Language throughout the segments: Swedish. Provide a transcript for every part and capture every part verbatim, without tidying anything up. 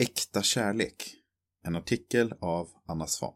Äkta kärlek. En artikel av Anna Svan.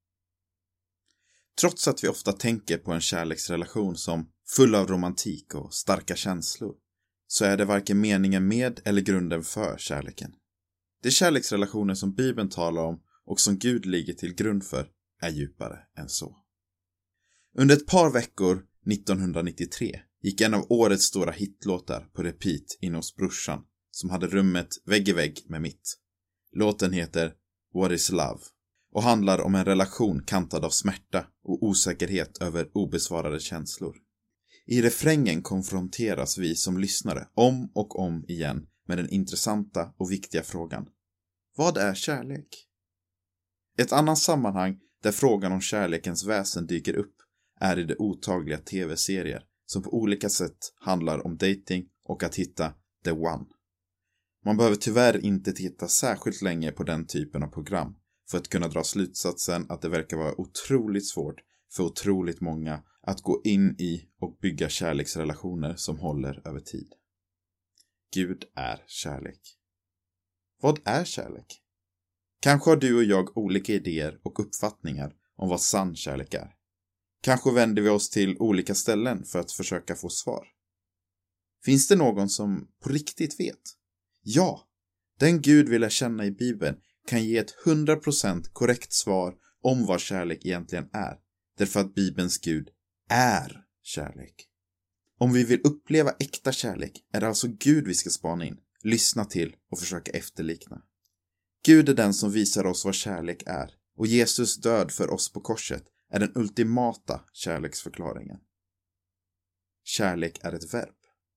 Trots att vi ofta tänker på en kärleksrelation som full av romantik och starka känslor, så är det varken meningen med eller grunden för kärleken. De kärleksrelationer som Bibeln talar om och som Gud ligger till grund för är djupare än så. Under ett par veckor nittonhundranittiotre gick en av årets stora hitlåtar på repeat in hos brorsan som hade rummet vägg i vägg med mitt. Låten heter What is Love och handlar om en relation kantad av smärta och osäkerhet över obesvarade känslor. I refrängen konfronteras vi som lyssnare om och om igen med den intressanta och viktiga frågan: vad är kärlek? Ett annat sammanhang där frågan om kärlekens väsen dyker upp är i de otagliga tv-serier som på olika sätt handlar om dating och att hitta the one. Man behöver tyvärr inte titta särskilt länge på den typen av program för att kunna dra slutsatsen att det verkar vara otroligt svårt för otroligt många att gå in i och bygga kärleksrelationer som håller över tid. Gud är kärlek. Vad är kärlek? Kanske har du och jag olika idéer och uppfattningar om vad sann kärlek är. Kanske vänder vi oss till olika ställen för att försöka få svar. Finns det någon som på riktigt vet? Ja, den Gud vi lär känna i Bibeln kan ge ett hundra procent korrekt svar om vad kärlek egentligen är, därför att Bibelns Gud är kärlek. Om vi vill uppleva äkta kärlek är det alltså Gud vi ska spana in, lyssna till och försöka efterlikna. Gud är den som visar oss vad kärlek är, och Jesus död för oss på korset är den ultimata kärleksförklaringen. Kärlek är ett verb.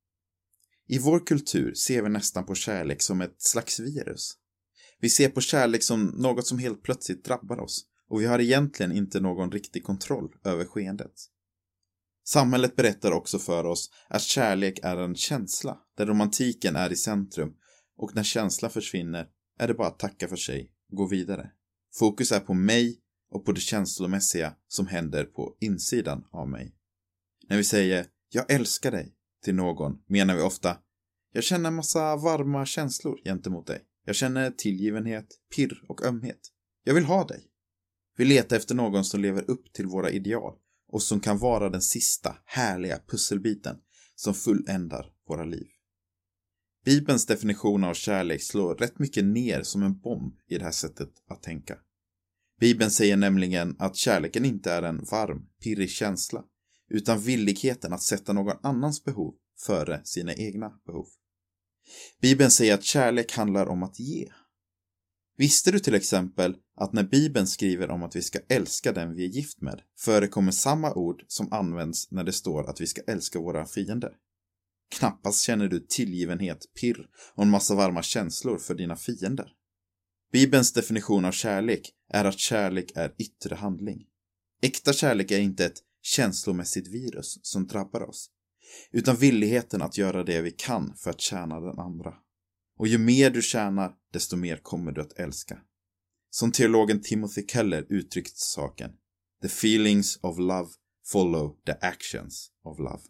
I vår kultur ser vi nästan på kärlek som ett slags virus. Vi ser på kärlek som något som helt plötsligt drabbar oss, och vi har egentligen inte någon riktig kontroll över skeendet. Samhället berättar också för oss att kärlek är en känsla där romantiken är i centrum, och när känslan försvinner är det bara att tacka för sig och gå vidare. Fokus är på mig och på det känslomässiga som händer på insidan av mig. När vi säger jag älskar dig till någon menar vi ofta jag känner en massa varma känslor gentemot dig. Jag känner tillgivenhet, pirr och ömhet. Jag vill ha dig. Vi letar efter någon som lever upp till våra ideal och som kan vara den sista härliga pusselbiten som fulländar våra liv. Bibelns definition av kärlek slår rätt mycket ner som en bomb i det här sättet att tänka. Bibeln säger nämligen att kärleken inte är en varm, pirrig känsla, utan villigheten att sätta någon annans behov före sina egna behov. Bibeln säger att kärlek handlar om att ge. Visste du till exempel att när Bibeln skriver om att vi ska älska den vi är gift med, förekommer samma ord som används när det står att vi ska älska våra fiender? Knappast känner du tillgivenhet, pirr och en massa varma känslor för dina fiender. Bibelns definition av kärlek är att kärlek är yttre handling. Äkta kärlek är inte ett känslomässigt virus som drabbar oss, utan villigheten att göra det vi kan för att tjäna den andra. Och ju mer du tjänar, desto mer kommer du att älska. Som teologen Timothy Keller uttryckt saken: The feelings of love follow the actions of love.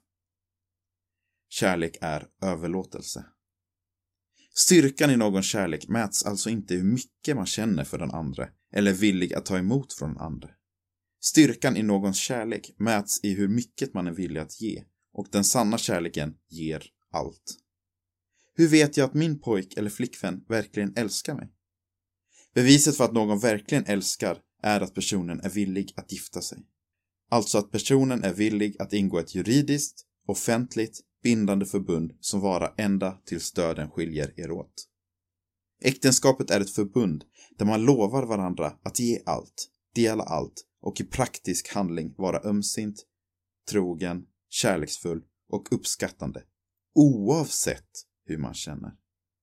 Kärlek är överlåtelse. Styrkan i någon kärlek mäts alltså inte hur mycket man känner för den andra eller är villig att ta emot från den andra. Styrkan i någons kärlek mäts i hur mycket man är villig att ge, och den sanna kärleken ger allt. Hur vet jag att min pojk eller flickvän verkligen älskar mig? Beviset för att någon verkligen älskar är att personen är villig att gifta sig. Alltså att personen är villig att ingå ett juridiskt, offentligt, bindande förbund som varar ända tills döden skiljer er åt. Äktenskapet är ett förbund där man lovar varandra att ge allt, dela allt och i praktisk handling vara ömsint, trogen, kärleksfull och uppskattande, oavsett hur man känner.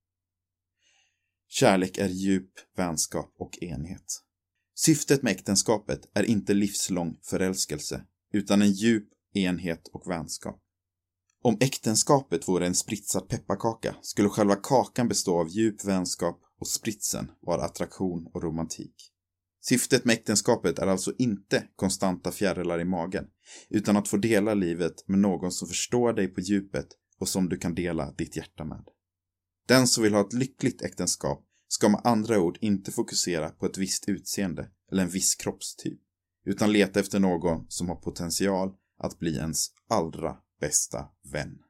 Kärlek är djup, vänskap och enhet. Syftet med äktenskapet är inte livslång förälskelse, utan en djup enhet och vänskap. Om äktenskapet vore en spritsad pepparkaka skulle själva kakan bestå av djup vänskap och spritsen vara attraktion och romantik. Syftet med äktenskapet är alltså inte konstanta fjärilar i magen, utan att få dela livet med någon som förstår dig på djupet och som du kan dela ditt hjärta med. Den som vill ha ett lyckligt äktenskap ska med andra ord inte fokusera på ett visst utseende eller en viss kroppstyp, utan leta efter någon som har potential att bli ens allra bästa vän.